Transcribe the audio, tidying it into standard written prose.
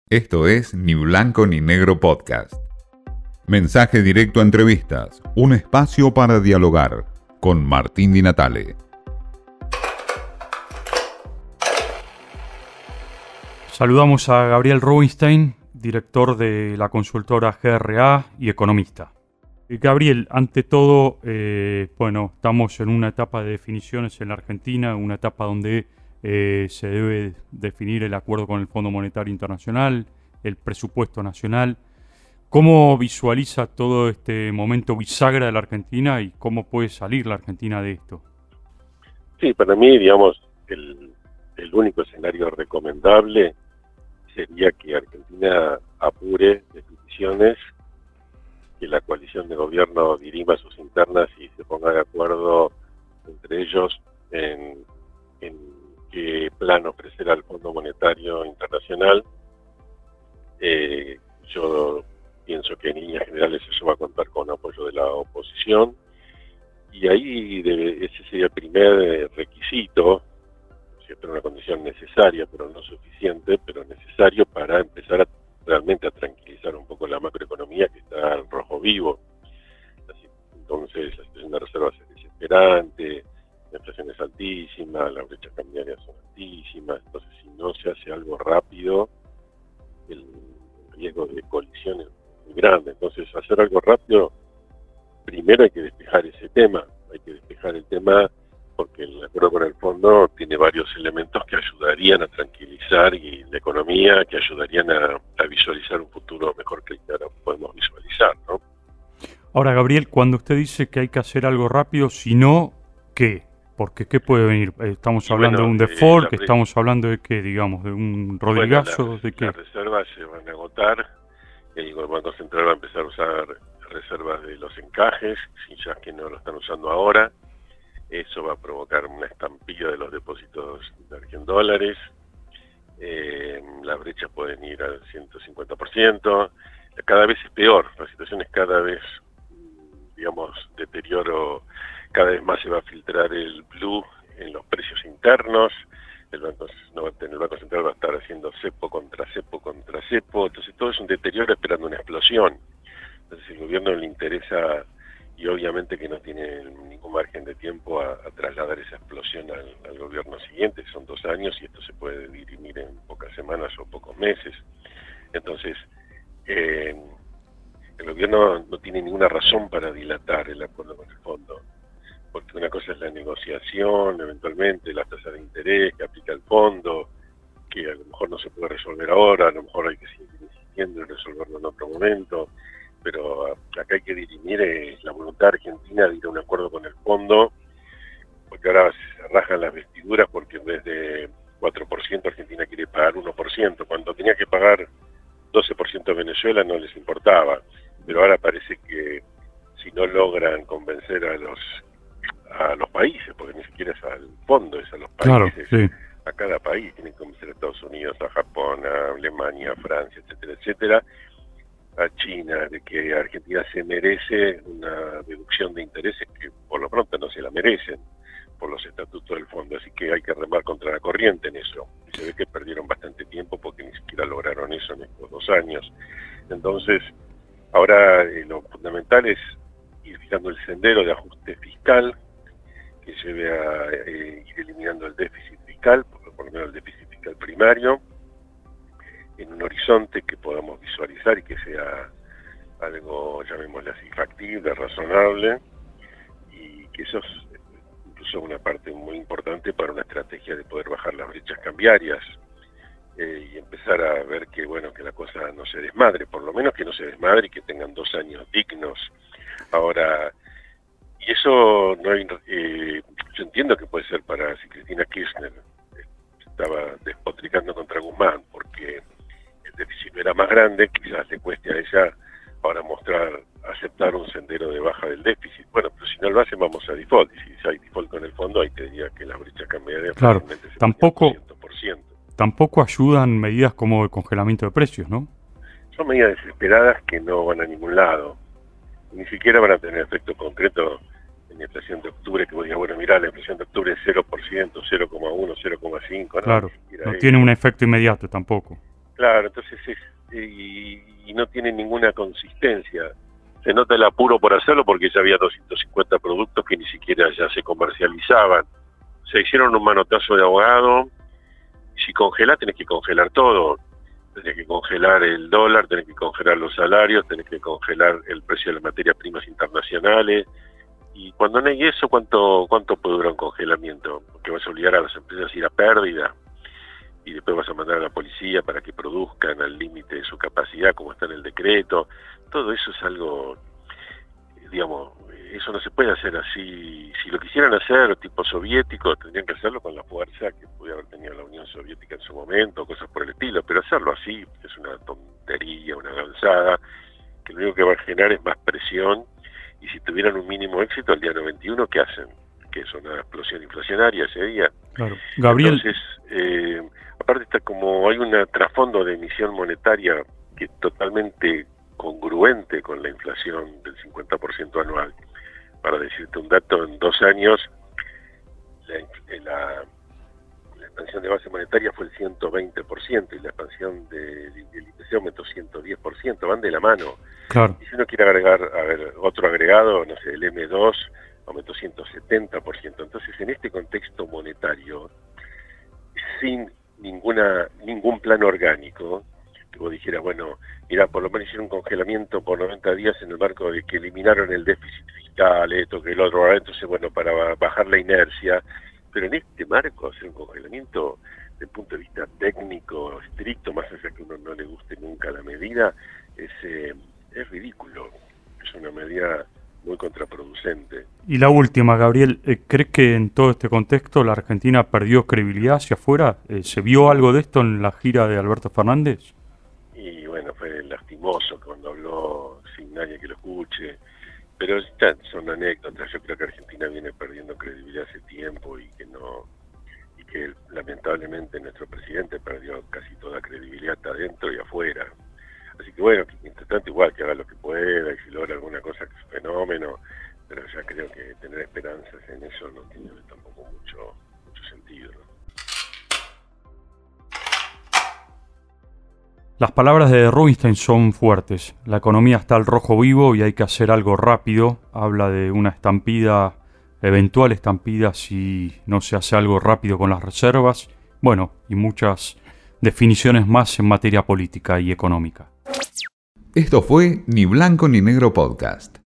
Esto es Ni Blanco ni Negro Podcast. Mensaje directo a entrevistas, un espacio para dialogar con Martín Di Natale. Saludamos a Gabriel Rubinstein, director de la consultora GRA y economista. Gabriel, ante todo, estamos en una etapa de definiciones en la Argentina, una etapa donde se debe definir el acuerdo con el Fondo Monetario Internacional, el presupuesto nacional. ¿Cómo visualiza todo este momento bisagra de la Argentina y cómo puede salir la Argentina de esto? Sí, para mí, digamos, el único escenario recomendable sería que Argentina apure definiciones, que la coalición de gobierno dirima sus internas y se ponga de acuerdo entre ellos en qué plan ofrecer al Fondo Monetario Internacional. Yo pienso que en líneas generales eso va a contar con apoyo de la oposición y ahí ese sería el primer requisito, siempre una condición necesaria pero no suficiente, pero necesario para empezar realmente a tranquilizar un poco la macroeconomía que está en rojo vivo. Entonces la situación de reservas es desesperante, la inflación es altísima, las brechas cambiarias son altísimas, entonces si no se hace algo rápido, el riesgo de colisión es muy grande. Entonces hacer algo rápido, primero hay que despejar ese tema, porque el acuerdo con el fondo tiene varios elementos que ayudarían a tranquilizar y la economía, que ayudarían a visualizar un futuro mejor que el que ahora podemos visualizar, ¿no? Ahora, Gabriel, cuando usted dice que hay que hacer algo rápido, si no, ¿qué? Porque ¿qué puede venir? ¿Estamos hablando de un default? ¿Estamos hablando de qué, digamos? ¿De un rodillazo? ¿De qué? Las reservas se van a agotar, el Banco Central va a empezar a usar reservas de los encajes, ya que no lo están usando ahora. Eso va a provocar una estampilla de los depósitos en dólares. Las brechas pueden ir al 150%. Cada vez es peor, la situación es cada vez, deterioro. Cada vez más se va a filtrar el blue en los precios internos. El Banco Central va a estar haciendo cepo contra cepo contra cepo. Entonces todo es un deterioro esperando una explosión. Entonces el gobierno le interesa, y obviamente que no tiene ningún margen de tiempo a trasladar esa explosión al gobierno siguiente, que son 2 años, y esto se puede dirimir en pocas semanas o pocos meses. Entonces, el gobierno no tiene ninguna razón para dilatar el acuerdo con el fondo, porque una cosa es la negociación, eventualmente, la tasa de interés que aplica el fondo, que a lo mejor no se puede resolver ahora, a lo mejor hay que seguir insistiendo en resolverlo en otro momento, pero acá hay que dirimir la voluntad argentina de ir a un acuerdo con el fondo, porque ahora se rajan las vestiduras porque en vez de 4% Argentina quiere pagar 1%, cuando tenía que pagar 12% Venezuela no les importaba, pero ahora parece que si no logran convencer a los países, porque ni siquiera es al fondo, es a los países, claro, sí. A cada país, tienen que convencer a Estados Unidos, a Japón, a Alemania, a Francia, etcétera, a China, de que Argentina se merece una deducción de intereses que por lo pronto no se la merecen por los estatutos del fondo, así que hay que remar contra la corriente en eso. Y se ve que perdieron bastante tiempo porque ni siquiera lograron eso en estos 2 años. Entonces, ahora lo fundamental es ir fijando el sendero de ajuste fiscal que lleve a ir eliminando el déficit fiscal, por lo menos el déficit fiscal primario, en un horizonte que podamos visualizar y que sea algo, llamémosle así, factible, razonable, y que eso es incluso una parte muy importante para una estrategia de poder bajar las brechas cambiarias y empezar a ver que la cosa no se desmadre, por lo menos que no se desmadre y que tengan 2 años dignos. Ahora, y eso no hay, yo entiendo que puede ser para si Cristina Kirchner estaba despotricando contra Guzmán porque el déficit era más grande, quizás le cueste a ella ahora aceptar un sendero de baja del déficit. Bueno, pero si no lo hacen vamos a default, y si hay default con el fondo ahí te diría que la brecha cambiaria claro, tampoco ayudan medidas como el congelamiento de precios, ¿no? Son medidas desesperadas que no van a ningún lado, ni siquiera van a tener efecto concreto en la inflación de octubre, que vos digas, la inflación de octubre es 0%, 0,1, 0,5, ¿no? Claro, no tiene un efecto inmediato tampoco. Claro, entonces y no tiene ninguna consistencia. Se nota el apuro por hacerlo porque ya había 250 productos que ni siquiera ya se comercializaban. Se hicieron un manotazo de abogado. Si congelás, tenés que congelar todo. Tenés que congelar el dólar, tenés que congelar los salarios, tenés que congelar el precio de las materias primas internacionales. Y cuando no hay eso, ¿cuánto puede durar un congelamiento? Porque vas a obligar a las empresas a ir a pérdida y después vas a mandar a la policía para que produzcan al límite de su capacidad, como está en el decreto. Todo eso es algo, digamos, eso no se puede hacer así. Si lo quisieran hacer tipo soviético, tendrían que hacerlo con la fuerza que pudiera haber tenido la Unión Soviética en su momento, cosas por el estilo, pero hacerlo así es una tontería, una gansada, que lo único que va a generar es más presión, y si tuvieran un mínimo éxito el día 91, ¿qué hacen? Que es una explosión inflacionaria ese día. Claro. Gabriel. Entonces, aparte está como hay un trasfondo de emisión monetaria que es totalmente congruente con la inflación del 50% anual. Para decirte un dato, en 2 años la expansión de base monetaria fue el 120% y la expansión del IPC aumentó 110%, van de la mano. Claro. Y si uno quiere agregar, otro agregado, no sé, el M2 aumentó 170%. Entonces, en este contexto monetario, sin ningún plan orgánico, que vos dijeras, bueno, mira, por lo menos hicieron un congelamiento por 90 días en el marco de que eliminaron el déficit fiscal, esto, que el otro, entonces, bueno, para bajar la inercia, pero en este marco hacer un congelamiento desde el punto de vista técnico, estricto, más allá que a uno no le guste nunca la medida, es ridículo, es una medida muy contraproducente. Y la última, Gabriel, ¿crees que en todo este contexto la Argentina perdió credibilidad hacia afuera? ¿Se vio algo de esto en la gira de Alberto Fernández? Y bueno, fue lastimoso cuando habló sin nadie que lo escuche, pero ya son anécdotas. Yo creo que Argentina viene perdiendo credibilidad hace tiempo y que lamentablemente nuestro presidente perdió casi toda credibilidad adentro y afuera. Así que bueno, mientras tanto igual que haga lo que pueda y si logra alguna cosa que es un fenómeno, pero ya creo que tener esperanzas en eso no tiene tampoco mucho sentido, ¿no? Las palabras de Rubinstein son fuertes. La economía está al rojo vivo y hay que hacer algo rápido. Habla de una estampida, eventual estampida si no se hace algo rápido con las reservas. Bueno, y muchas definiciones más en materia política y económica. Esto fue Ni Blanco ni Negro Podcast.